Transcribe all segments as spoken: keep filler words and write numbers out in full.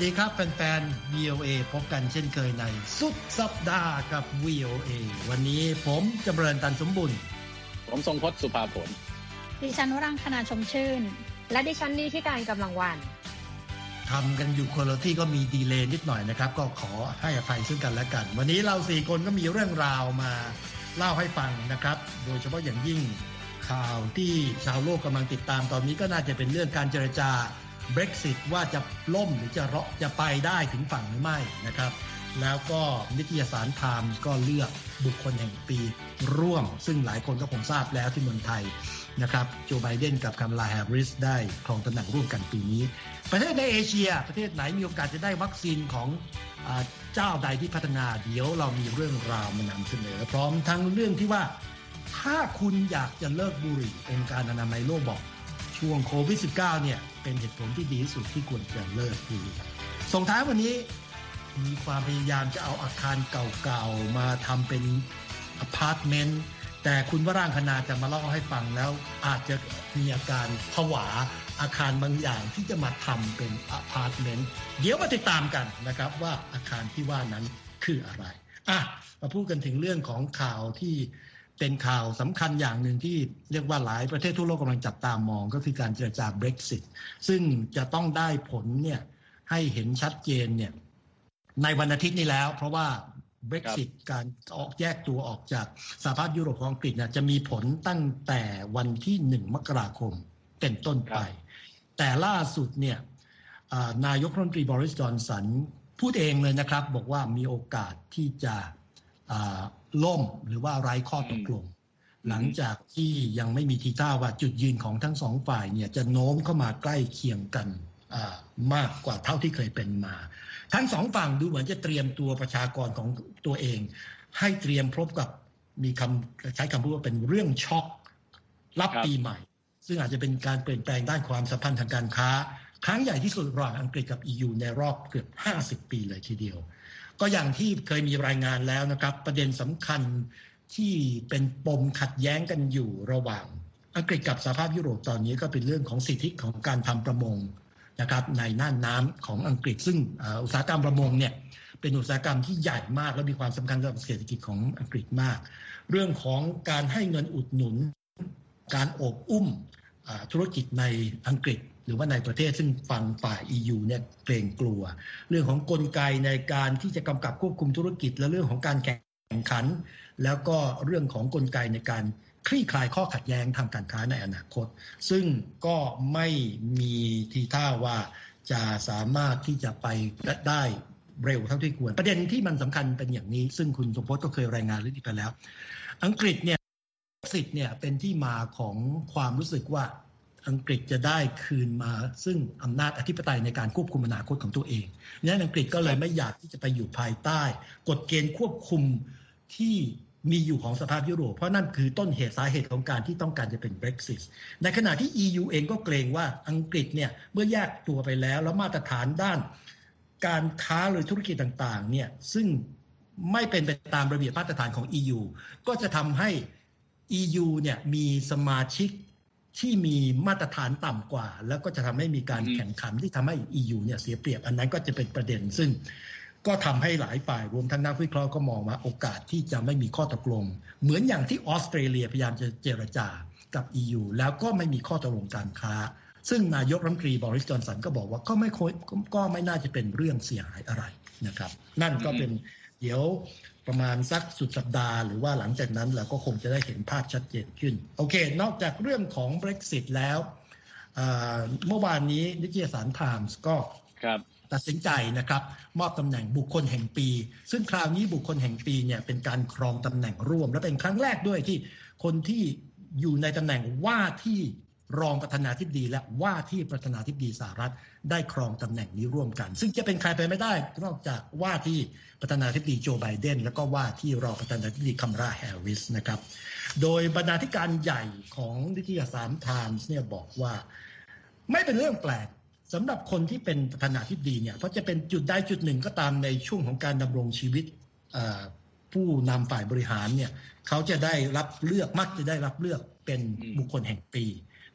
ดีครับแฟนๆ วี โอ เอ พบกันเช่นเคยในสุดสัปดาห์กับ วี โอ เอ วันนี้ผมจำเริญตันสมบุญผมทรงพจน์สุภาผลดิฉันวรังคณาชมชื่นและดิฉันนี่ที่การกำลังวันทำกันอยู่คนละที่ก็มีดีเลย์นิดหน่อยนะครับก็ขอให้อภัยซึ่งกันและกันวันนี้เราสี่คนก็มีเรื่องราวมาเล่าให้ฟังนะครับโดยเฉพาะอย่างยิ่งข่าวที่ชาวโลกกำลังติดตามตอนนี้ก็น่าจะเป็นเรื่องการเจรจาBrexit ว่าจะล่มหรือจะเราะจะไปได้ถึงฝั่งหรือไม่นะครับแล้วก็นิตยสารไทม์ก็เลือกบุคคลแห่งปีร่วมซึ่งหลายคนก็คงทราบแล้วที่เมืองไทยนะครับโจไบเดนกับคัมลาแฮร์ริสได้ครองตำแหน่งร่วมกันปีนี้ประเทศในเอเชียประเทศไหนมีโอกาสจะได้วัคซีนของเจ้าใดที่พัฒนาเดี๋ยวเรามีเรื่องราวมานำเสนอพร้อมทั้งเรื่องที่ว่าถ้าคุณอยากจะเลิกบุหรี่องค์การอนามัยโลกบอกช่วงโควิด สิบเก้า เนี่ยเป็นเหตุผลที่ดีที่สุดที่ควรจะเลิกบุหรี่ส่งท้ายวันนี้มีความพยายามจะเอาอาคารเก่าๆมาทำเป็นอพาร์ตเมนต์แต่คุณวรางคณาจะมาเล่าให้ฟังแล้วอาจจะมีอาการผวาอาคารบางอย่างที่จะมาทำเป็นอพาร์ตเมนต์เดี๋ยวมาติดตามกันนะครับว่าอาคารที่ว่านั้นคืออะไรอ่ะมาพูดกันถึงเรื่องของข่าวที่เป็นข่าวสำคัญอย่างหนึ่งที่เรียกว่าหลายประเทศทั่วโลกกำลังจับตามองก็คือการเจรจา Brexit ซึ่งจะต้องได้ผลเนี่ยให้เห็นชัดเจนเนี่ยในวันอาทิตย์นี้แล้วเพราะว่า Brexit การออกแยกตัวออกจากสหภาพยุโรปของอังกฤษเนี่ยจะมีผลตั้งแต่วันที่หนึ่งมกราคมเป็นต้นไปแต่ล่าสุดเนี่ยนายกรัฐมนตรีบริส จอนสันพูดเองเลยนะครับบอกว่ามีโอกาสที่จะล่มหรือว่าไร้ข้อตกลงหลังจากที่ยังไม่มีทีท่าว่าจุดยืนของทั้งสองฝ่ายเนี่ยจะโน้มเข้ามาใกล้เคียงกันมากกว่าเท่าที่เคยเป็นมาทั้งสองฝั่งดูเหมือนจะเตรียมตัวประชากรของตัวเองให้เตรียมพบกับมีคำใช้คำพูดว่าเป็นเรื่องช็อกรับปีใหม่ซึ่งอาจจะเป็นการเปลี่ยนแปลงด้านความสัมพันธ์ทางการค้าครั้งใหญ่ที่สุดระหว่างอังกฤษกับ อี ยู ในรอบเกือบห้าสิบปีเลยทีเดียวก็อย่างที่เคยมีรายงานแล้วนะครับประเด็นสำคัญที่เป็นปมขัดแย้งกันอยู่ระหว่างอังกฤษกับสหภาพยุโรปตอนนี้ก็เป็นเรื่องของสิทธิของการทำประมงนะครับในน่านน้ำของอังกฤษซึ่งอุตสาหกรรมประมงเนี่ยเป็นอุตสาหกรรมที่ใหญ่มากและมีความสำคัญกับเศรษฐกิจของอังกฤษมากเรื่องของการให้เงินอุดหนุนการโอบอุ้มธุรกิจในอังกฤษหรือว่าในประเทศซึ่งฝั่งฝ่าย อี ยู เนี่ยเกรงกลัวเรื่องของกลไกในการที่จะกำกับควบคุมธุรกิจและเรื่องของการแข่งขันแล้วก็เรื่องของกลไกในการคลี่คลายข้อขัดแย้งทางการค้าในอนาคตซึ่งก็ไม่มีทีท่าว่าจะสามารถที่จะไปได้เร็วเท่าที่ควรประเด็นที่มันสำคัญเป็นอย่างนี้ซึ่งคุณสมพจน์ก็เคยรายงานเรื่องนี้ไปแล้วอังกฤษเนี่ยสิทธิ์เนี่ยเป็นที่มาของความรู้สึกว่าอังกฤษจะได้คืนมาซึ่งอำนาจอธิปไตยในการควบคุมอนาคตของตัวเองนั้นอังกฤษก็เลยไม่อยากที่จะไปอยู่ภายใต้กฎเกณฑ์ควบคุมที่มีอยู่ของสหภาพยุโรปเพราะนั่นคือต้นเหตุสาเหตุของการที่ต้องการจะเป็น Brexit ในขณะที่ อี ยู เองก็เกรงว่าอังกฤษเนี่ยเมื่อแยกตัวไปแล้วแล้วมาตรฐานด้านการค้าหรือธุรกิจต่างๆเนี่ยซึ่งไม่เป็นไปตามระเบียบมาตรฐานของ อี ยู ก็จะทำให้ อี ยู เนี่ยมีสมาชิกที่มีมาตรฐานต่ำกว่าแล้วก็จะทำให้มีการแข่งขันที่ทำให้ อี ยู เนี่ยเสียเปรียบอันนั้นก็จะเป็นประเด็นซึ่งก็ทำให้หลายฝ่ายรวมทั้งนักวิเคราะห์ก็มองว่าโอกาสที่จะไม่มีข้อตกลงเหมือนอย่างที่ออสเตรเลียพยายามจะเจรจากับ อี ยู แล้วก็ไม่มีข้อตกลงการค้าซึ่งนายกรัฐมนตรีบริส จอนสันก็บอกว่าก็ไม่ก็ไม่น่าจะเป็นเรื่องเสียหายอะไรนะครับนั่นก็เป็นเดี๋ยวประมาณสักสุดสัปดาห์หรือว่าหลังจากนั้นเราก็คงจะได้เห็นภาพชัดเจนขึ้นโอเคนอกจากเรื่องของ Brexit แล้วเมื่อวานนี้นิตยสาร Times ก็ตัดสินใจนะครับมอบตำแหน่งบุคคลแห่งปีซึ่งคราวนี้บุคคลแห่งปีเนี่ยเป็นการครองตำแหน่งร่วมและเป็นครั้งแรกด้วยที่คนที่อยู่ในตำแหน่งว่าที่รองประธานาธิบดีและว่าที่ประธานาธิบดีสหรัฐได้ครองตำแหน่งนี้ร่วมกันซึ่งจะเป็นใครไปไม่ได้นอกจากว่าที่ประธานาธิบดีโจไบเดนแล้วก็ว่าที่รองประธานาธิบดีคัมลาแฮร์ริสนะครับโดยบรรณาธิการใหญ่ของนิตยสาร Times เนี่ยบอกว่าไม่เป็นเรื่องแปลกสำหรับคนที่เป็นประธานาธิบดีเนี่ยเพราะจะเป็นจุดใดจุดหนึ่งก็ตามในช่วงของการดำรงชีวิตผู้นำฝ่ายบริหารเนี่ยเขาจะได้รับเลือกมักจะได้รับเลือกเป็นบุคคลแห่งปี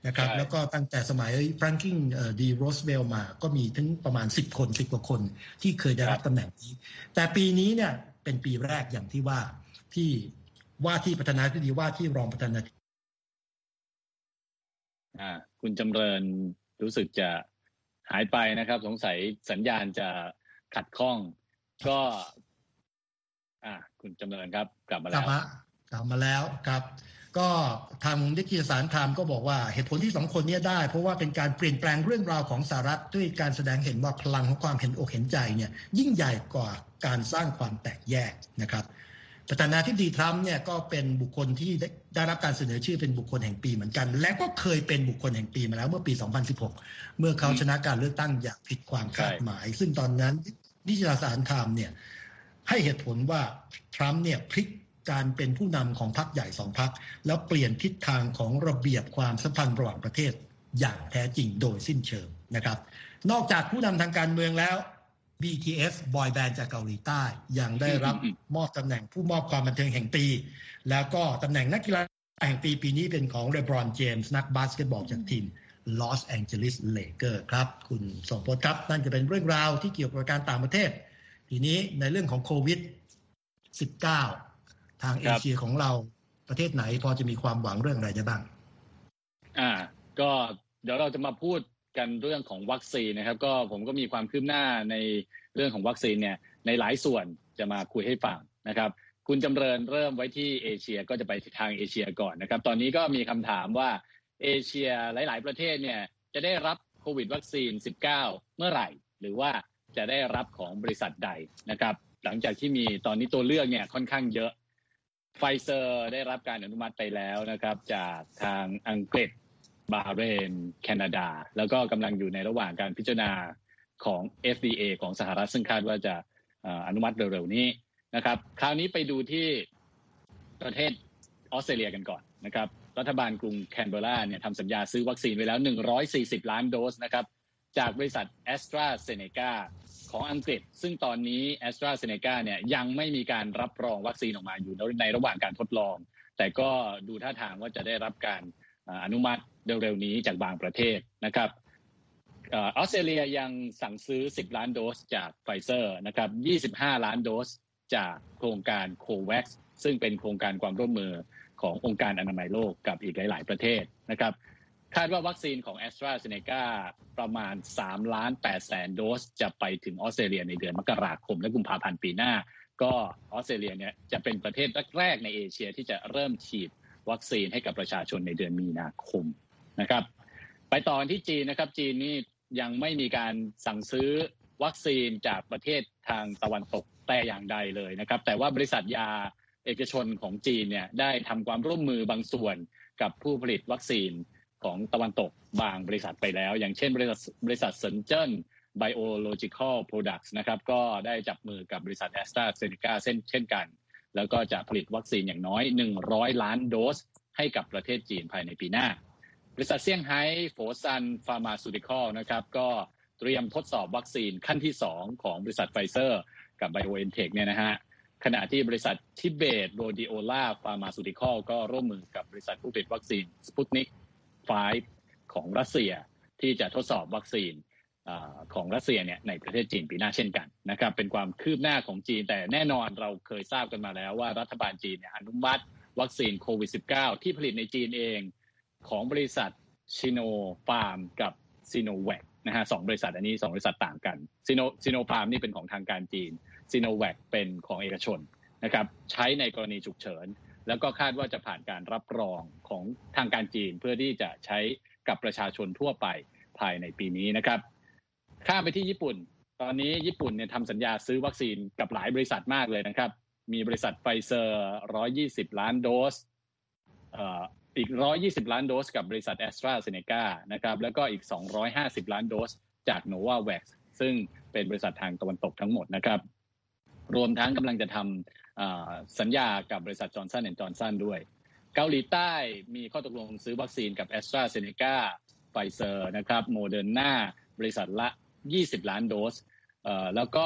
นะครับแล้วก็ตั้งแต่สมัยแฟรงกิงดีโรสเวลมาก็มีถึงประมาณสิบคนสิบกว่าคนที่เคยได้รับตำแหน่งนี้แต่ปีนี้เนี่ยเป็นปีแรกอย่างที่ว่าที่ว่าที่ประธานาธิบดีว่าที่รองประธานาธิบดีอ่าคุณจำเริญรู้สึกจะหายไปนะครับสงสัยสัญญาณจะขัดข้องก็อ่าคุณจำเริญครับกลับมาแล้วกลับมาแล้วครับก็ทางนิตยสารไทม์ก็บอกว่าเหตุผลที่สองคนนี้ได้เพราะว่าเป็นการเปลี่ยนแปลงเรื่องราวของสหรัฐด้วยการแสดงเห็นว่าพลังของความเห็นอกเห็นใจเนี่ยยิ่งใหญ่กว่าการสร้างความแตกแยกนะครับประธานาธิบดีทรัมป์เนี่ยก็เป็นบุคคลที่ได้รับการเสนอชื่อเป็นบุคคลแห่งปีเหมือนกันและก็เคยเป็นบุคคลแห่งปีมาแล้วเมื่อปีสองพันสิบหกเมื่อเขาชนะการเลือกตั้งอย่างผิดความคาดหมายซึ่งตอนนั้นนิตยสารไทม์เนี่ยให้เหตุผลว่าทรัมป์เนี่ยพลิกการเป็นผู้นำของพรรคใหญ่สองพรรคแล้วเปลี่ยนทิศทางของระเบียบความสัมพันธ์ระหว่างประเทศอย่างแท้จริงโดยสิ้นเชิงนะครับนอกจากผู้นำทางการเมืองแล้ว บี ที เอส บอยแบนด์จากเกาหลีใต้ยังได้รับมอบตำแหน่งผู้มอบความบันเทิงแห่งปีแล้วก็ตำแหน่งนักกีฬาแห่งปีปีนี้เป็นของเลบรอนเจมส์นักบาสเกตบอลจากทีมลอสแองเจลิสเลเกอร์ครับคุณสมพจน์ครับนั่นจะเป็นเรื่องราวที่เกี่ยวกับการต่างประเทศทีนี้ในเรื่องของโควิด สิบเก้า ทางเอเชียของเราประเทศไหนพอจะมีความหวังเรื่องอะไรได้บ้างอ่าก็เดี๋ยวเราจะมาพูดกันเรื่องของวัคซีนนะครับก็ผมก็มีความคืบหน้าในเรื่องของวัคซีนเนี่ยในหลายส่วนจะมาคุยให้ฟังนะครับคุณจำเริญเริ่มไว้ที่เอเชียก็จะไปทางเอเชียก่อนนะครับตอนนี้ก็มีคำถามว่าเอเชียหลายๆประเทศเนี่ยจะได้รับโควิดวัคซีนสิบเก้าเมื่อไหร่หรือว่าจะได้รับของบริษัทใดนะครับหลังจากที่มีตอนนี้ตัวเลือกเนี่ยค่อนข้างเยอะไฟเซอร์ได้รับการอนุมัติไปแล้วนะครับจากทางอังกฤษบาห์เรนแคนาดาแล้วก็กำลังอยู่ในระหว่างการพิจารณาของ เอฟ ดี เอ ของสหรัฐซึ่งคาดว่าจะอนุมัติเร็วๆนี้นะครับคราวนี้ไปดูที่ประเทศออสเตรเลียกันก่อนนะครับรัฐบาลกรุงแคนเบอร์ราเนี่ยทำสัญญาซื้อวัคซีนไว้แล้วหนึ่งร้อยสี่สิบล้านโดสนะครับจากบริษัท AstraZeneca ของอังกฤษซึ่งตอนนี้ AstraZeneca เนี่ยยังไม่มีการรับรองวัคซีนออกมาอยู่ในระหว่างการทดลองแต่ก็ดูท่าทางว่าจะได้รับการอนุมัติเร็วๆนี้จากบางประเทศนะครับออสเตรเลียยังสั่งซื้อสิบล้านโดสจากไฟเซอร์นะครับยี่สิบห้าล้านโดสจากโครงการโควัคซ์ซึ่งเป็นโครงการความร่วมมือขององค์การอนามัยโลกกับอีกหลายๆประเทศนะครับคาดว่าวัคซีนของ AstraZeneca ประมาณสามล้านแปดแสนโดสจะไปถึงออสเตรเลียในเดือนมกราคมและกุมภาพันธ์ปีหน้าก็ออสเตรเลียเนี่ยจะเป็นประเทศแรกๆในเอเชียที่จะเริ่มฉีดวัคซีนให้กับประชาชนในเดือนมีนาคมนะครับไปต่อที่จีนนะครับจีนนี่ยังไม่มีการสั่งซื้อวัคซีนจากประเทศทางตะวันตกแต่อย่างใดเลยนะครับแต่ว่าบริษัทยาเอกชนของจีนเนี่ยได้ทำความร่วมมือบางส่วนกับผู้ผลิตวัคซีนของตะวันตกบางบริษัทไปแล้วอย่างเช่นบริษัทบริษัทเซินเจิ้น Biological Products นะครับก็ได้จับมือกับบริษัท AstraZeneca เช่นเช่นกันแล้วก็จะผลิตวัคซีนอย่างน้อยหนึ่งร้อยล้านโดสให้กับประเทศจีนภายในปีหน้าบริษัทเซี่ยงไฮ้โฟซันฟาร์มาซูติคอลนะครับก็เตรียมทดสอบวัคซีนขั้นที่สองของบริษัทไฟเซอร์กับ BioNTech เนี่ยนะฮะขณะที่บริษัททิเบตโรดิโอลาฟาร์มาซูติคอลก็ร่วมมือกับบริษัทผู้ผลิตวัคซีนสปุตนิกไฟว์ของรัสเซียที่จะทดสอบวัคซีนของรัสเซียเนี่ยในประเทศจีนปีหน้าเช่นกันนะครับเป็นความคืบหน้าของจีนแต่แน่นอนเราเคยทราบกันมาแล้วว่ารัฐบาลจีนเนี่ยอนุมัติวัคซีนโควิด สิบเก้า ที่ผลิตในจีนเองของบริษัทชิโนฟาร์มกับซิโนแวคนะฮะสองบริษัทอันนี้สองบริษัทต่างกันซิโนซิโนฟาร์มนี่เป็นของทางการจีนซิโนแวคเป็นของเอกชนนะครับใช้ในกรณีฉุกเฉินแล้วก็คาดว่าจะผ่านการรับรองของทางการจีนเพื่อที่จะใช้กับประชาชนทั่วไปภายในปีนี้นะครับข้ามไปที่ญี่ปุ่นตอนนี้ญี่ปุ่นเนี่ยทำสัญญาซื้อวัคซีนกับหลายบริษัทมากเลยนะครับมีบริษัทไฟเซอร์หนึ่งร้อยยี่สิบล้านโดสเอ่ออีกหนึ่งร้อยยี่สิบล้านโดสกับบริษัท AstraZeneca นะครับแล้วก็อีกสองร้อยห้าสิบล้านโดสจาก Novavax ซึ่งเป็นบริษัททางตะวันตกทั้งหมดนะครับรวมทั้งกำลังจะทำสัญญากับบริษัท Johnson แอนด์ Johnson ด้วยเกาหลีใต้มีข้อตกลงซื้อวัคซีนกับ AstraZeneca Pfizer นะครับ Moderna บริษัทละยี่สิบล้านโดสเอ่อแล้วก็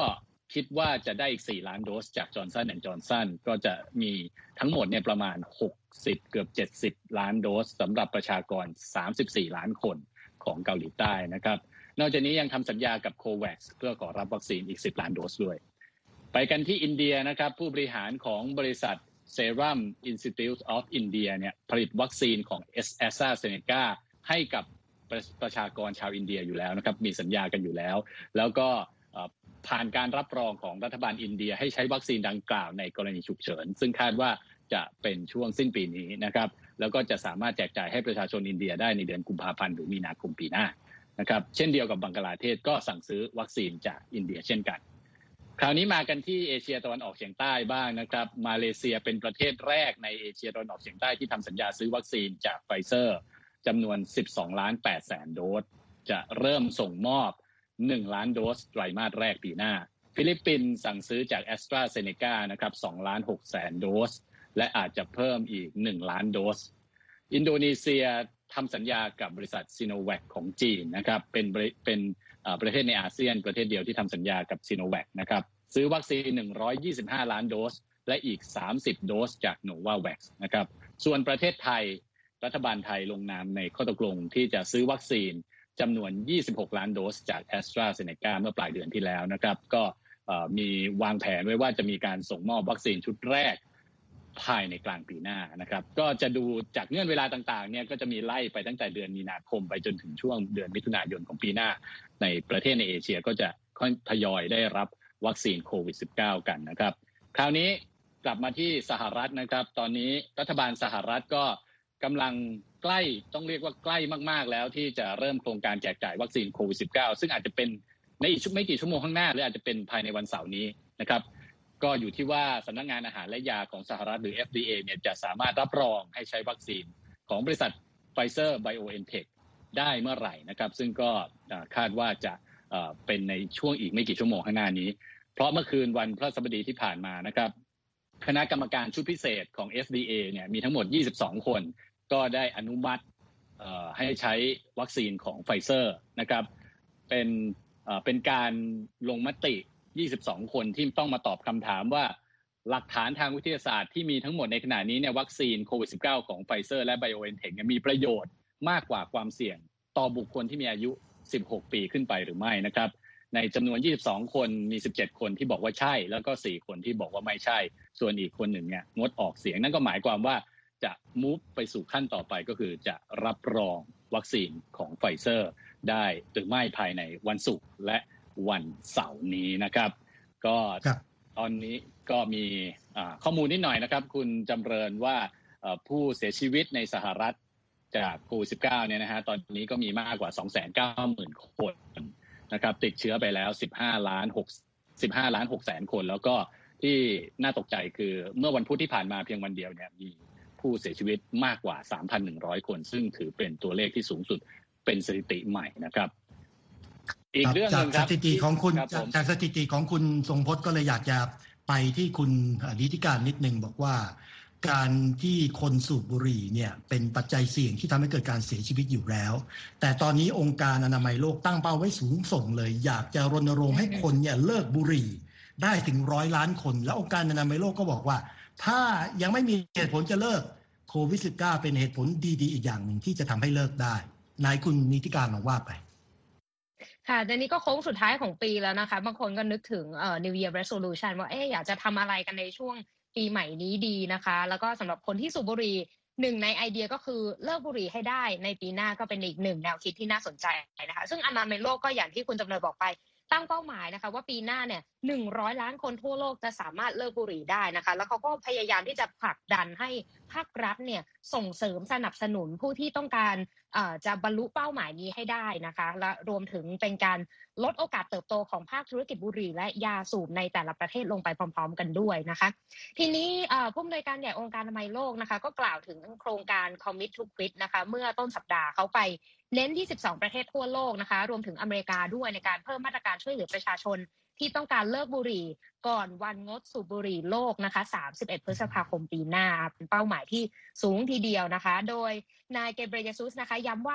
คิดว่าจะได้อีกสี่ล้านโดสจาก Johnson แอนด์ Johnson ก็จะมีทั้งหมดเนี่ยประมาณหกสิบเกือบเจ็ดสิบล้านโดสสำหรับประชากรสามสิบสี่ล้านคนของเกาหลีใต้นะครับนอกจากนี้ยังทำสัญญากับ COVAX เพื่อขอรับวัคซีนอีกสิบล้านโดสด้วยไปกันที่อินเดียนะครับผู้บริหารของบริษัท Serum Institute of India เนี่ยผลิตวัคซีนของ AstraZeneca ให้กับประชากรชาวอินเดียอยู่แล้วนะครับมีสัญญากันอยู่แล้วแล้วก็ผ่านการรับรองของรัฐบาลอินเดียให้ใช้วัคซีนดังกล่าวในกรณีฉุกเฉินซึ่งคาดว่าจะเป็นช่วงสิ้นปีนี้นะครับแล้วก็จะสามารถแจกจ่ายให้ประชาชนอินเดียได้ในเดือนกุมภาพันธ์หรือมีนาคมปีหน้านะครับเช่นเดียวกับบังกลาเทศก็สั่งซื้อวัคซีนจากอินเดียเช่นกันคราวนี้มากันที่เอเชียตะวันออกเฉียงใต้บ้างนะครับมาเลเซียเป็นประเทศแรกในเอเชียตะวันออกเฉียงใต้ที่ทำสัญญาซื้อวัคซีนจากไฟเซอร์จำนวนสิบสองล้านแปดแสนโดสจะเริ่มส่งมอบหนึ่งล้านโดสไตรมาสแรกปีหน้าฟิลิปปินส์สั่งซื้อจาก AstraZeneca นะครับสองล้านหกแสนโดสและอาจจะเพิ่มอีกหนึ่งล้านโดสอินโดนีเซียทำสัญญากับบริษัทซิโนแวคของจีนนะครับเป็นเป็นประเทศในอาเซียนประเทศเดียวที่ทำสัญญากับซิโนแวคนะครับซื้อวัคซีนหนึ่งร้อยยี่สิบห้าล้านโดสและอีกสามสิบโดสจาก Novavax นะครับส่วนประเทศไทยรัฐบาลไทยลงนามในข้อตกลงที่จะซื้อวัคซีนจำนวนยี่สิบหกล้านโดสจาก AstraZeneca เมื่อปลายเดือนที่แล้วนะครับก็มีวางแผนไว้ว่าจะมีการส่งมอบวัคซีนชุดแรกภายในกลางปีหน้านะครับก็จะดูจากเงื่อนเวลาต่างๆเนี่ยก็จะมีไล่ไปตั้งแต่เดือนมีนาคมไปจนถึงช่วงเดือนมิถุนายนของปีหน้าในประเทศในเอเชียก็จะค่อยทยอยได้รับวัคซีนโควิด สิบเก้า กันนะครับคราวนี้กลับมาที่สหรัฐนะครับตอนนี้รัฐบาลสหรัฐก็กำลังใกล้ต้องเรียกว่าใกล้มากๆแล้วที่จะเริ่มโครงการแจกจ่ายวัคซีนโควิด สิบเก้า ซึ่งอาจจะเป็นในอีกไม่กี่ชั่วโมงข้างหน้าหรืออาจจะเป็นภายในวันเสาร์นี้นะครับก็อยู่ที่ว่าสำนักงานอาหารและยาของสหรัฐหรือ เอฟ ดี เอ เนี่ยจะสามารถรับรองให้ใช้วัคซีนของบริษัท Pfizer BioNTech ได้เมื่อไหร่นะครับซึ่งก็คาดว่าจะเป็นในช่วงอีกไม่กี่ชั่วโมงข้างหน้านี้เพราะเมื่อคืนวันพฤหัสบดีที่ผ่านมานะครับคณะกรรมการชุดพิเศษของ เอฟ ดี เอ เนี่ยมีทั้งหมดยี่สิบสองคนก็ได้อนุมัติให้ใช้วัคซีนของ Pfizer นะครับเป็นเป็นการลงมติยี่สิบสองคนที่ต้องมาตอบคำถามว่าหลักฐานทางวิทยาศาสตร์ที่มีทั้งหมดในขณะนี้เนี่ยวัคซีนโควิด สิบเก้า ของ Pfizer และ BioNTech เนี่ยมีประโยชน์มากกว่าความเสี่ยงต่อบุคคลที่มีอายุสิบหกปีขึ้นไปหรือไม่นะครับในจำนวนยี่สิบสองคนมีสิบเจ็ดคนที่บอกว่าใช่แล้วก็สี่คนที่บอกว่าไม่ใช่ส่วนอีกคนหนึ่งเนี่ยงดออกเสียงนั่นก็หมายความว่าจะมูฟไปสู่ขั้นต่อไปก็คือจะรับรองวัคซีนของ Pfizer ได้หรือไม่ภายในวันศุกร์และวันเสาร์นี้นะครับก็ตอนนี้ก็มีข้อมูลนิดหน่อยนะครับคุณจำเริญว่าผู้เสียชีวิตในสหรัฐจากโควิด สิบเก้า เนี่ยนะฮะตอนนี้ก็มีมากกว่า สองแสนเก้าหมื่น คนนะครับติดเชื้อไปแล้วสิบห้าล้านหกแสนคนแล้วก็ที่น่าตกใจคือเมื่อวันพุธที่ผ่านมาเพียงวันเดียวเนี่ยมีผู้เสียชีวิตมากกว่า สามพันหนึ่งร้อย คนซึ่งถือเป็นตัวเลขที่สูงสุดเป็นสถิติใหม่นะครับอีกเรื่องนึงครับจากสถิติของคุณจากสถิติของคุณทรงพจน์ก็เลยอยากจะไปที่คุณนิติการนิดนึงบอกว่าการที่คนสูบบุหรี่เนี่ยเป็นปัจจัยเสี่ยงที่ทำให้เกิดการเสียชีวิตอยู่แล้วแต่ตอนนี้องค์การอนามัยโลกตั้งเป้าไว้สูงส่งเลยอยากจะรณรงค์ให้คนเนี่ยเลิกบุหรี่ได้ถึงร้อยล้านคนแล้วองค์การอนามัยโลกก็บอกว่าถ้ายังไม่มีเหตุผลจะเลิกโควิด สิบเก้า เป็นเหตุผลดีๆอีกอย่างหนึ่งที่จะทำให้เลิกได้นายคุณนิติการลองว่าไปค่ะแต่นี้ก็โค้งสุดท้ายของปีแล้วนะคะบางคนก็นึกถึงเอ่อ New Year Resolution ว่าเอ๊ะอยากจะทำอะไรกันในช่วงปีใหม่นี้ดีนะคะแล้วก็สำหรับคนที่สูบบุหรี่หนึ่งในไอเดียก็คือเลิกบุหรี่ให้ได้ในปีหน้าก็เป็นอีกหนึ่งแนวคิดที่น่าสนใจนะคะซึ่งอนามัยโลกก็อย่างที่คุณจำเริญบอกไปตั้งเป้าหมายนะคะว่าปีหน้าเนี่ยหนึ่งร้อยล้านคนทั่วโลกจะสามารถเลิกบุหรี่ได้นะคะแล้วเขาก็พยายามที่จะผลักดันให้ภาครัฐเนี่ยส่งเสริมสนับสนุนผู้ที่ต้องการเอ่อจะบรรลุเป้าหมายนี้ให้ได้นะคะและรวมถึงเป็นการลดโอกาสเติบโตของภาคธุรกิจบุหรี่และยาสูบในแต่ละประเทศลงไปพร้อมๆกันด้วยนะคะทีนี้ผู้อำนวยการใหญ่องค์การอนามัยโลกนะคะก็กล่าวถึงโครงการ Commit to Quit นะคะเมื่อต้นสัปดาห์เขาไปเน้นที่สิบสองประเทศทั่วโลกนะคะรวมถึงอเมริกาด้วยในการเพิ่มมาตรการช่วยเหลือประชาชนที่ต้องการเลิกบุหรี่ก่อนวันงดสูบบุหรี่โลกนะคะสามสิบเอ็ดพฤษภาคมปีหน้าเป็นเป้าหมายที่สูงทีเดียวนะคะโดยนายเกเบรเยซุสนะคะย้ำว่า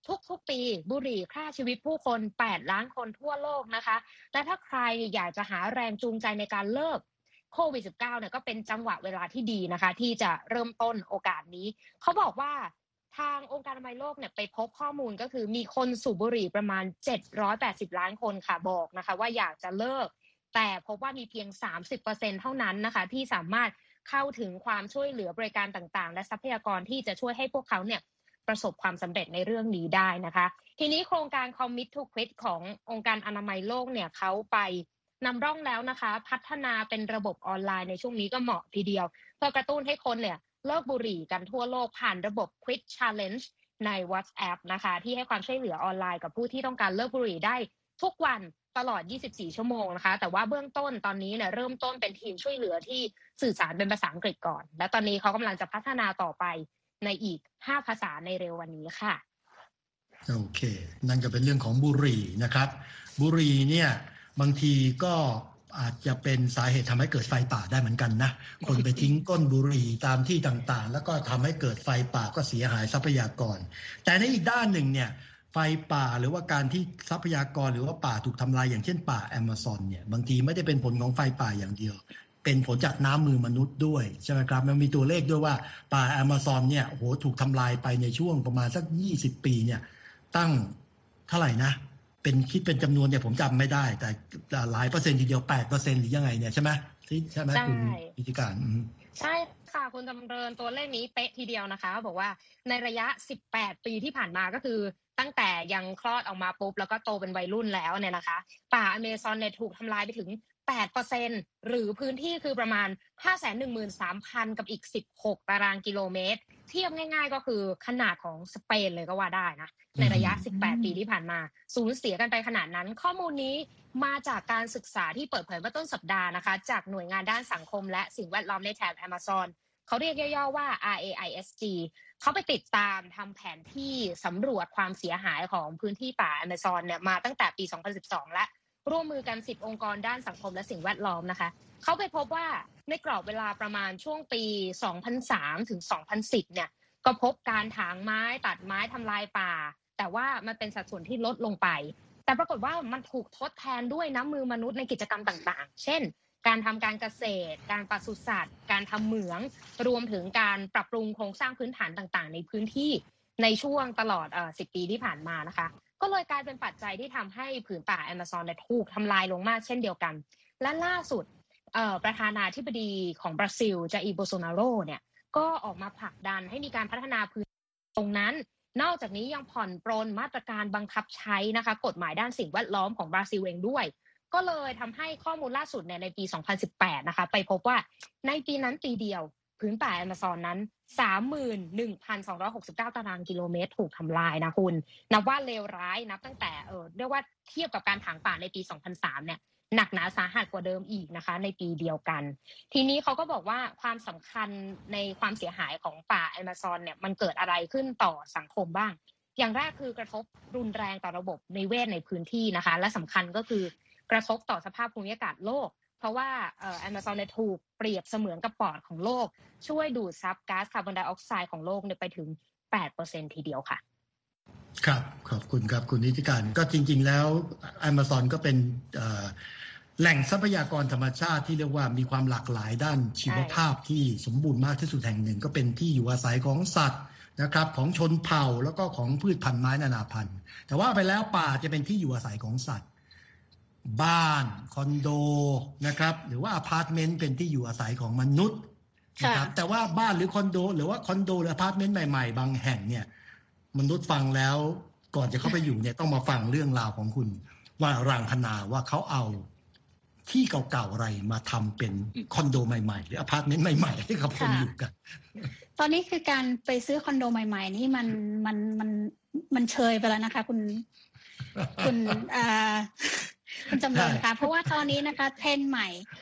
ทุกๆปีบุหรี่ฆ่าชีวิตผู้คนแปดล้านคนทั่วโลกนะคะและถ้าใครอยากจะหาแรงจูงใจในการเลิกโควิด สิบเก้า เนี่ยก็เป็นจังหวะเวลาที่ดีนะคะที่จะเริ่มต้นโอกาสนี้เขาบอกว่าทางองค์การอนามัยโลกเนี่ยไปพบข้อมูลก็คือมีคนสูบบุหรี่ประมาณเจ็ดร้อยแปดสิบล้านคนค่ะบอกนะคะว่าอยากจะเลิกแต่พบว่ามีเพียง สามสิบเปอร์เซ็นต์ เท่านั้นนะคะที่สามารถเข้าถึงความช่วยเหลือบริการต่างๆและทรัพยากรที่จะช่วยให้พวกเขาเนี่ยประสบความสำเร็จในเรื่องนี้ได้นะคะทีนี้โครงการ Commit to Quit ขององค์การอนามัยโลกเนี่ยเขาไปนำร่องแล้วนะคะพัฒนาเป็นระบบออนไลน์ในช่วงนี้ก็เหมาะทีเดียวเพื่อกระตุ้นให้คนเนี่ยเลิกบุหรี่กันทั่วโลกผ่านระบบ Quit Challenge ใน WhatsApp นะคะที่ให้ความช่วยเหลือออนไลน์กับผู้ที่ต้องการเลิกบุหรี่ได้ทุกวันตลอดยี่สิบสี่ชั่วโมงนะคะแต่ว่าเบื้องต้นตอนนี้เนี่ยเริ่มต้นเป็นทีมช่วยเหลือที่สื่อสารเป็นภาษาอังกฤษก่อนและตอนนี้เขากำลังจะพัฒนาต่อไปในอีกห้าภาษาในเร็ววันนี้ค่ะโอเคนั่นก็เป็นเรื่องของบุหรี่นะครับบุหรี่เนี่ยบางทีก็อาจจะเป็นสาเหตุทำให้เกิดไฟป่าได้เหมือนกันนะคนไปทิ้งก้นบุหรี่ตามที่ต่างๆแล้วก็ทำให้เกิดไฟป่าก็เสียหายทรัพยากรแต่ในอีกด้านหนึ่งเนี่ยไฟป่าหรือว่าการที่ทรัพยากรหรือว่าป่าถูกทำลายอย่างเช่นป่าแอมะซอนเนี่ยบางทีไม่ได้เป็นผลของไฟป่าอย่างเดียวเป็นผลจากน้ำมือมนุษย์ด้วยใช่ไหมครับมันมีตัวเลขด้วยว่าป่าแอมะซอนเนี่ยโอ้โหถูกทำลายไปในช่วงประมาณสักยี่สิบปีเนี่ยตั้งเท่าไหร่นะเป็นคิดเป็นจำนวนเนี่ยผมจำไม่ได้แต่หลายเปอร์เซ็นต์ทีเดียว แปดเปอร์เซ็นต์ หรือยังไงเนี่ยใช่ไหมใช่ไหมคุณพิธีการใช่ค่ะคุณจำเริญตัวเลขนี้เป๊ะทีเดียวนะคะบอกว่าในระยะสิบแปดปีที่ผ่านมาก็คือตั้งแต่ยังคลอดออกมาปุ๊บแล้วก็โตเป็นวัยรุ่นแล้วเนี่ยนะคะป่าอเมซอนเนี่ยถูกทำลายไปถึง แปดเปอร์เซ็นต์ หรือพื้นที่คือประมาณ ห้าแสนหนึ่งหมื่นสามพัน กับอีกสิบหกตารางกิโลเมตรเทียบง่ายๆก็คือขนาดของสเปนเลยก็ว่าได้นะในระยะสิบแปดปีที่ผ่านมาสูญเสียกันไปขนาดนั้นข้อมูลนี้มาจากการศึกษาที่เปิดเผยเมื่อต้นสัปดาห์นะคะจากหน่วยงานด้านสังคมและสิ่งแวดล้อมในแถบแอมะซอนเขาเรียกย่อๆว่า อาร์ เอ ไอ เอส จี เขาไปติดตามทำแผนที่สำรวจความเสียหายของพื้นที่ป่าแอมะซอนเนี่ยมาตั้งแต่ปี สองพันสิบสอง และร่วมมือกันสิบองค์กรด้านสังคมและสิ่งแวดล้อมนะคะเขาไปพบว่าในกรอบเวลาประมาณช่วงปี สองพันสาม ถึง สองพันสิบ เนี่ยก็พบการถางไม้ตัดไม้ทำลายป่าแต่ว่ามันเป็นสัดส่วนที่ลดลงไปแต่ปรากฏว่ามันถูกทดแทนด้วยน้ำมือมนุษย์ในกิจกรรมต่างๆเช่นการทำการเกษตรการปศุสัตว์การทำเหมืองรวมถึงการปรับปรุงโครงสร้างพื้นฐานต่างๆในพื้นที่ในช่วงตลอดเอ่อสิบปีที่ผ่านมานะคะก็เลยกลายเป็นปัจจัยที่ทำให้ผืนป่าแอมะซอนเนี่ยถูกทำลายลงมากเช่นเดียวกันและล่าสุดเอ่อประธานาธิบดีของบราซิลจาอิร์โบโซนาโรเนี่ยก็ออกมาผลักดันให้มีการพัฒนาพื้นตรงนั้นนอกจากนี้ยังผ่อนปรนมาตรการบังคับใช้นะคะกฎหมายด้านสิ่งแวดล้อมของบราซิลเองด้วยก็เลยทำให้ข้อมูลล่าสุดเนี่ยในปี สองพันสิบแปด นะคะไปพบว่าในปีนั้นปีเดียวพื้นป่าแอมะซอนนั้น สามหมื่นหนึ่งพันสองร้อยหกสิบเก้า ตารางกิโลเมตรถูกทำลายนะคุณนับว่าเลวร้ายนับตั้งแต่เออเรียกว่าเทียบกับการถางป่าในปี สองพันสาม เนี่ยหนักหนาสาหัสกว่าเดิมอีกนะคะในปีเดียวกันทีนี้เขาก็บอกว่าความสำคัญในความเสียหายของป่าแอมะซอนเนี่ยมันเกิดอะไรขึ้นต่อสังคมบ้างอย่างแรกคือกระทบรุนแรงต่อระบบนิเวศในพื้นที่นะคะและสำคัญก็คือกระทบต่อสภาพภูมิอากาศโลกเพราะว่าเอ่อแอมะซอนเนี่ยถูกเปรียบเสมือนกับปอดของโลกช่วยดูดซับก๊าซคาร์บอนไดออกไซด์ของโลกเนี่ยไปถึง แปดเปอร์เซ็นต์ ทีเดียวค่ะครับขอบคุณครับคุณนิติการก็จริงๆแล้วแอมะซอนก็เป็นแหล่งทรัพยากรธรรมชาติที่เรียกว่ามีความหลากหลายด้านชีวภาพที่สมบูรณ์มากที่สุดแห่งหนึ่งก็เป็นที่อยู่อาศัยของสัตว์นะครับของชนเผ่าแล้วก็ของพืชพันธุ์ไม้นานาพันธุ์แต่ว่าไปแล้วป่าจะเป็นที่อยู่อาศัยของสัตว์บ้านคอนโดนะครับหรือว่าอพาร์ตเมนต์เป็นที่อยู่อาศัยของมนุษย์นะครับแต่ว่าบ้านหรือคอนโดหรือว่าคอนโดหรืออพาร์ตเมนต์ใหม่ๆบางแห่งเนี่ยมนุษย์ฟังแล้วก่อนจะเข้าไปอยู่เนี่ยต้องมาฟังเรื่องราวของคุณว่ารังคณาว่าเขาเอาที่เก่าๆอะไรมาทำเป็นคอนโดใหม่ๆหรืออพาร์ตเมนต์ใหม่ๆให้กับคนอยู่กันตอนนี้คือการไปซื้อคอนโดใหม่ๆนี่มันมันมันมันเชยไปแล้วนะคะคุณคุณอ่าคุณจำเริญค่ะเพราะว่าตอนนี้นะคะเทรนด์ใหม่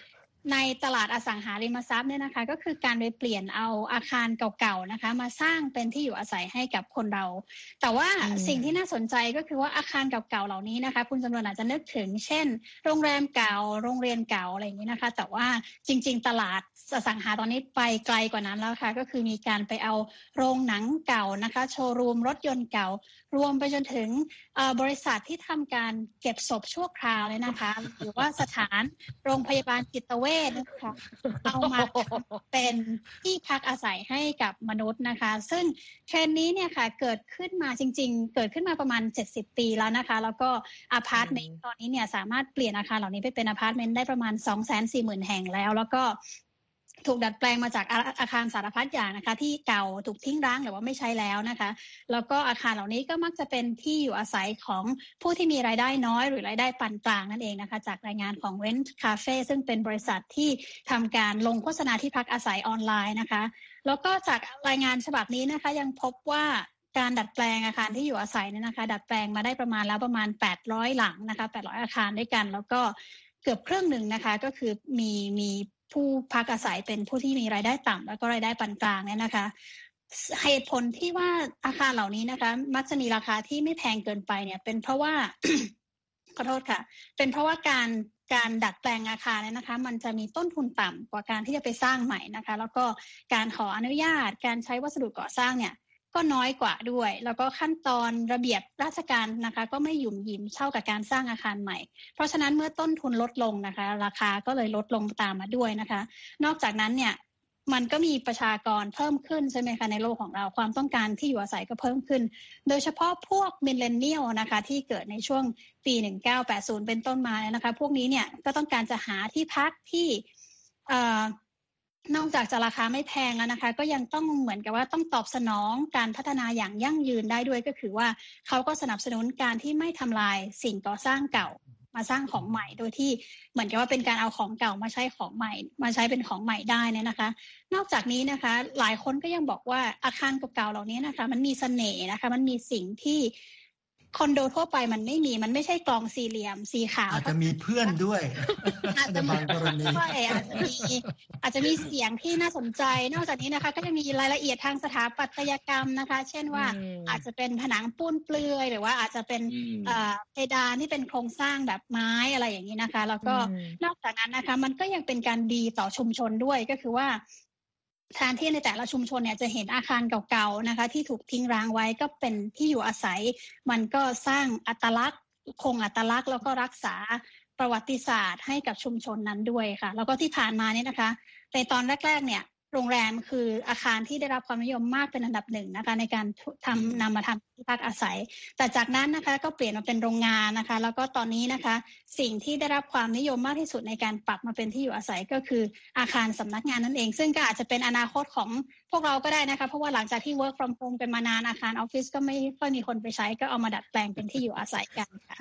ในตลาดอสังหาริมทรัพย์เนี่ยนะคะก็คือการไปเปลี่ยนเอาอาคารเก่าๆนะคะมาสร้างเป็นที่อยู่อาศัยให้กับคนเราแต่ว่าสิ่งที่น่าสนใจก็คือว่าอาคารเก่าๆเหล่านี้นะคะคุณจำนวนอาจจะนึกถึงเช่นโรงแรมเก่าโรงเรียนเก่าอะไรอย่างนี้นะคะแต่ว่าจริงๆตลาดอสังหาตอนนี้ไปไกลกว่านั้นแล้วค่ะก็คือมีการไปเอาโรงหนังเก่านะคะโชว์รูมรถยนต์เก่ารวมไปจนถึงบริษัทที่ทำการเก็บศพชั่วคราวเลยนะคะหรือว่าสถานโรงพยาบาลจิตเวชนะคะเอามาเป็นที่พักอาศัยให้กับมนุษย์นะคะซึ่งเทรนด์นี้เนี่ยค่ะเกิดขึ้นมาจริงๆเกิดขึ้นมาประมาณเจ็ดสิบปีแล้วนะคะแล้วก็อพาร์ตเมนต์ตอนนี้เนี่ยสามารถเปลี่ยนอาคารเหล่านี้ไปเป็นอพาร์ตเมนต์ได้ประมาณ สองแสนสี่หมื่น แห่งแล้วแล้วก็ถูกดัดแปลงมาจากอาคารสารพัดอย่างนะคะที่เก่าถูกทิ้งร้างหรือว่าไม่ใช้แล้วนะคะแล้วก็อาคารเหล่านี้ก็มักจะเป็นที่อยู่อาศัยของผู้ที่มีรายได้น้อยหรือรายได้ปานกลางนั่นเองนะคะจากรายงานของ Rent Cafe ซึ่งเป็นบริษัทที่ทำการลงโฆษณาที่พักอาศัยออนไลน์นะคะแล้วก็จากรายงานฉบับนี้นะคะยังพบว่าการดัดแปลงอาคารที่อยู่อาศัยเนี่ยนะคะดัดแปลงมาได้ประมาณแล้วประมาณแปดร้อยหลังนะคะแปดร้อยอาคารด้วยกันแล้วก็เกือบครึ่งหนึ่งนะคะก็คือมีมีผู้พักอาศัยเป็นผู้ที่มีรายได้ต่ำแล้วก็รายได้ปานกลางเนี่ยนะคะเหตุผลที่ว่าอาคารเหล่านี้นะคะมักจะมีราคาที่ไม่แพงเกินไปเนี่ยเป็นเพราะว่า ขอโทษค่ะเป็นเพราะว่าการการดัดแปลงอาคารเนี่ยนะคะมันจะมีต้นทุนต่ำกว่าการที่จะไปสร้างใหม่นะคะแล้วก็การขออนุญาตการใช้วัสดุก่อสร้างเนี่ยก็น้อยกว่าด้วยแล้วก็ขั้นตอนระเบียบราชการนะคะก็ไม่หยุ่มหยิมเท่ากับการสร้างอาคารใหม่เพราะฉะนั้นเมื่อต้นทุนลดลงนะคะราคาก็เลยลดลงตามมาด้วยนะคะนอกจากนั้นเนี่ยมันก็มีประชากรเพิ่มขึ้นใช่ไหมคะในโลกของเราความต้องการที่อยู่อาศัยก็เพิ่มขึ้นโดยเฉพาะพวกมิลเลนเนียลนะคะที่เกิดในช่วงปีหนึ่งพันเก้าร้อยแปดสิบเป็นต้นมานะคะพวกนี้เนี่ยก็ต้องการจะหาที่พักที่เอ่อนอกจากจะราคาไม่แพงแล้วนะคะก็ยังต้องเหมือนกับว่าต้องตอบสนองการพัฒนาอย่างยั่งยืนได้ด้วยก็คือว่าเขาก็สนับสนุนการที่ไม่ทำลายสิ่งก่อสร้างเก่ามาสร้างของใหม่โดยที่เหมือนกับว่าเป็นการเอาของเก่ามาใช้ของใหม่มาใช้เป็นของใหม่ได้เนี่ยนะคะนอกจากนี้นะคะหลายคนก็ยังบอกว่าอาคารเก่าๆเหล่านี้นะคะมันมีเสน่ห์นะคะมันมีสิ่งที่คอนโดทั่วไปมันไม่มีมันไม่ใช่กล่องสี่เหลี่ยมสีขาวอาจจะมีเพื่อนด้วยอาจจะมีกรณีอาจจะมีอาจจะมีเสียงที่น่าสนใจนอกจากนี้นะคะก็จะมีรายละเอียดทางสถาปัตยกรรมนะคะเช่นว่าอาจจะเป็นผนังปูนเปลือยหรือว่าอาจจะเป็นเพดานที่เป็นโครงสร้างแบบไม้อะไรอย่างนี้นะคะแล้วก็นอกจากนั้นนะคะมันก็ยังเป็นการดีต่อชุมชนด้วยก็คือว่าแทนที่ในแต่ละชุมชนเนี่ยจะเห็นอาคารเก่าๆนะคะที่ถูกทิ้งร้างไว้ก็เป็นที่อยู่อาศัยมันก็สร้างอัตลักษณ์คงอัตลักษณ์แล้วก็รักษาประวัติศาสตร์ให้กับชุมชนนั้นด้วยค่ะแล้วก็ที่ผ่านมาเนี่ยนะคะในตอนแรกๆเนี่ยโรงแรมคืออาคารที่ได้รับความนิยมมากเป็นอันดับหนึ่งนะคะในการทำนำมาทำที่พักอาศัยแต่จากนั้นนะคะก็เปลี่ยนมาเป็นโรงงานนะคะแล้วก็ตอนนี้นะคะสิ่งที่ได้รับความนิยมมากที่สุดในการปรับมาเป็นที่อยู่อาศัยก็คืออาคารสำนักงานนั่นเองซึ่งก็อาจจะเป็นอนาคตของพวกเราก็ได้นะคะเพราะว่าหลังจากที่ work from home กันมานานอาคารออฟฟิศก็ไม่ค่อยมีคนไปใช้ก็เอามาดัดแปลงเป็นที่อยู่อาศัยกันค่ะ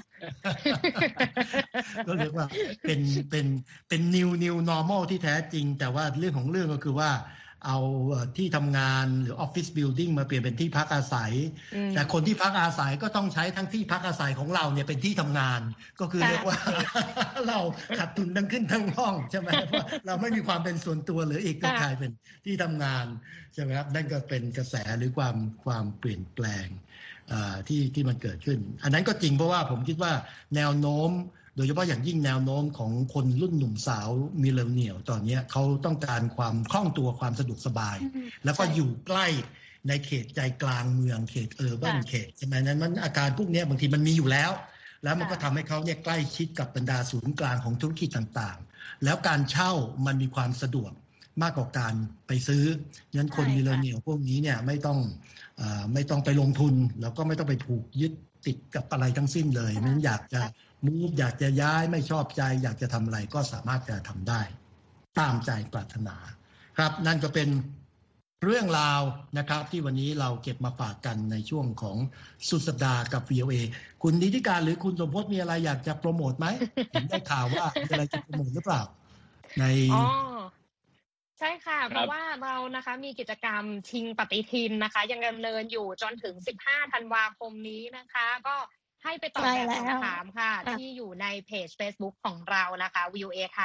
ก็เรียกว่าเป็นเป็นเป็น new new normal ที่แท้จริงแต่ว่าเรื่องของเรื่องก็คือว่าเอาที่ทำงานหรือออฟฟิศบิลดิ้งมาเปลี่ยนเป็นที่พักอาศัยแต่คนที่พักอาศัยก็ต้องใช้ทั้งที่พักอาศัยของเราเนี่ยเป็นที่ทำงานก็คือเรียกว่าเราขาดทุนทั้งขึ้นทั้งล่องใช่ไหมเพราะเราไม่มีความเป็นส่วนตัวหรืออีกก็กลายเป็นที่ทำงานใช่ไหมครับนั่นก็เป็นกระแสหรือความความเปลี่ยนแปลงที่ที่มันเกิดขึ้นอันนั้นก็จริงเพราะว่าผมคิดว่าแนวโน้มโดยเฉพาะอย่างยิ่งแนวโน้มของคนรุ่นหนุ่มสาวมิลเลนเนียลตอนนี้เขาต้องการความคล่องตัวความสะดวกสบายแล้วก็อยู่ใกล้ในเขตใจกลางเมืองเขตเออร์บันเขตใช่ไหมนั้นมันอาการพวกนี้บางทีมันมีอยู่แล้วแล้วมันก็ทำให้เขาเนี่ยใกล้ชิดกับบรรดาศูนย์กลางของธุรกิจต่างๆแล้วการเช่ามันมีความสะดวกมากกว่าการไปซื้องั้นคนมิลเลนเนียลพวกนี้เนี่ยไม่ต้องเอ่อไม่ต้องไปลงทุนแล้วก็ไม่ต้องไปผูกยึดติดกับอะไรทั้งสิ้นเลยมันอยากจะมูฟอยากจะย้ายไม่ชอบใจอยากจะทำอะไรก็สามารถจะทำได้ตามใจปรารถนาครับนั่นก็เป็นเรื่องราวนะครับที่วันนี้เราเก็บมาฝากกันในช่วงของสุดสัปดาห์กับ วี โอ เอ คุณนิติการหรือคุณสมพจน์มีอะไรอยากจะโปรโมทไหม เห็นได้ข่าวว่ามีอะไรจะโปรโมทหรือเปล่าในอ๋อใช่ค่ะเพราะว่าเรานะคะมีกิจกรรมชิงปฏิทินนะคะยังดำเนินอยู่จนถึงสิบห้าธันวาคมนี้นะคะก็ให้ไปตอบแบบสอบถามค่ะที่อยู่ในเพจ Facebook ของเรานะคะ วี โอ เอ ไทย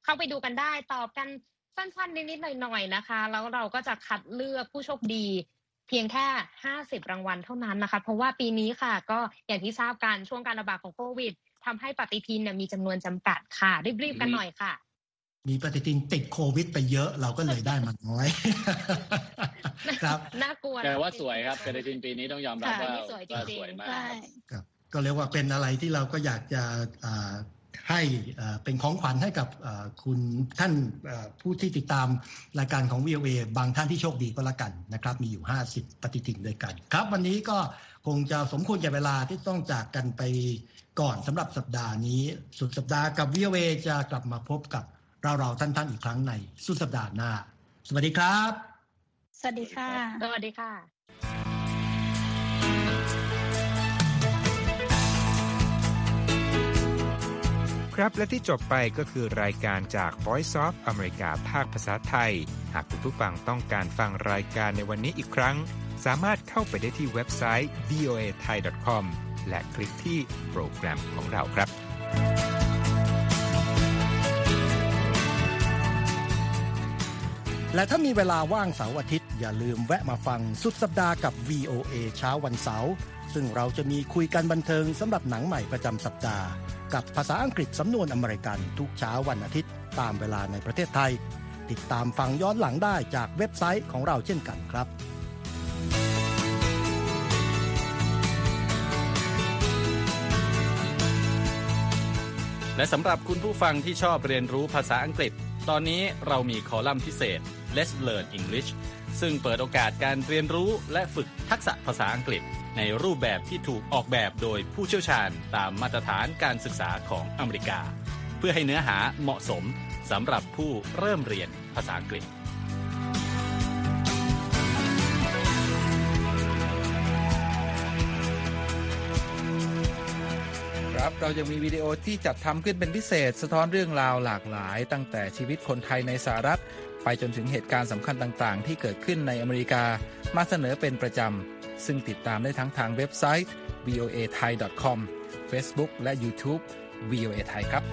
เข้าไปดูกันได้ตอบกันสั้นๆนิดๆหน่อยๆนะคะแล้วเราก็จะคัดเลือกผู้โชคดีเพียงแค่ห้าสิบรางวัลเท่านั้นนะคะเพราะว่าปีนี้ค่ะก็อย่างที่ทราบกันช่วงการระบาดของโควิดทำให้ปฏิทินเนี่ยมีจำนวนจำกัดค่ะรีบๆกันหน่อยค่ะมีปฏิทินติดโควิดไปเยอะเราก็เลยได้มาน้อยครับน่ากลัวแต่ว่าสวยครับปฏิทินปีนี้ต้องยอมรับว่าสวยจริงๆมากครับก็เรียกว่าเป็นอะไรที่เราก็อยากจะให้เป็นของขวัญให้กับคุณท่านผู้ที่ติดตามรายการของ วี โอ เอ บางท่านที่โชคดีก็แล้วกันนะครับมีอยู่ห้าสิบปฏิทินด้วยกันครับวันนี้ก็คงจะสมควรแก่เวลาที่ต้องจากกันไปก่อนสำหรับสัปดาห์นี้สุดสัปดาห์กับ วี โอ เอ จะกลับมาพบกับเราเราท่านๆอีกครั้งในสุดสัปดาห์หน้าสวัสดีครับสวัสดีค่ะสวัสดีค่ะครับและที่จบไปก็คือรายการจาก Voice of America ภาคภาษาไทยหากคุณผู้ฟังต้องการฟังรายการในวันนี้อีกครั้งสามารถเข้าไปได้ที่เว็บไซต์ วี โอ เอ ไทย ดอท คอม และคลิกที่โปรแกรมของเราครับและถ้ามีเวลาว่างเสาร์อาทิตย์อย่าลืมแวะมาฟังสุดสัปดาห์กับ วี โอ เอ เช้าวันเสาร์ซึ่งเราจะมีคุยกันบันเทิงสำหรับหนังใหม่ประจำสัปดาห์กับภาษาอังกฤษสำนวนอเมริกันทุกเช้าวันอาทิตย์ตามเวลาในประเทศไทยติดตามฟังย้อนหลังได้จากเว็บไซต์ของเราเช่นกันครับและสำหรับคุณผู้ฟังที่ชอบเรียนรู้ภาษาอังกฤษตอนนี้เรามีคอลัมน์พิเศษ Let's Learn English ซึ่งเปิดโอกาสการเรียนรู้และฝึกทักษะภาษาอังกฤษในรูปแบบที่ถูกออกแบบโดยผู้เชี่ยวชาญตามมาตรฐานการศึกษาของอเมริกาเพื่อให้เนื้อหาเหมาะสมสำหรับผู้เริ่มเรียนภาษาอังกฤษครับเรายังมีวิดีโอที่จัดทำขึ้นเป็นพิเศษสะท้อนเรื่องราวหลากหลายตั้งแต่ชีวิตคนไทยในสหรัฐไปจนถึงเหตุการณ์สำคัญต่างๆที่เกิดขึ้นในอเมริกามาเสนอเป็นประจำซึ่งติดตามได้ทั้งทางเว็บไซต์ วี โอ เอ ไทย ดอท คอม Facebook และ YouTube วี โอ เอ ไทยครับ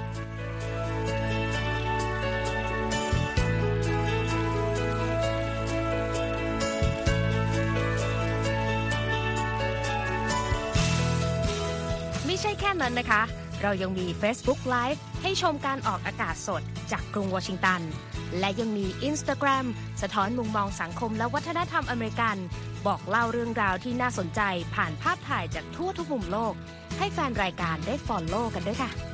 ไม่ใช่แค่นั้นนะคะเรายังมี Facebook Live ให้ชมการออกอากาศสดจากกรุงวอชิงตันและยังมี Instagram สะท้อนมุมมองสังคมและวัฒนธรรมอเมริกันบอกเล่าเรื่องราวที่น่าสนใจผ่านภาพถ่ายจากทั่วทุกมุมโลกให้แฟนรายการได้ follow กันด้วยค่ะ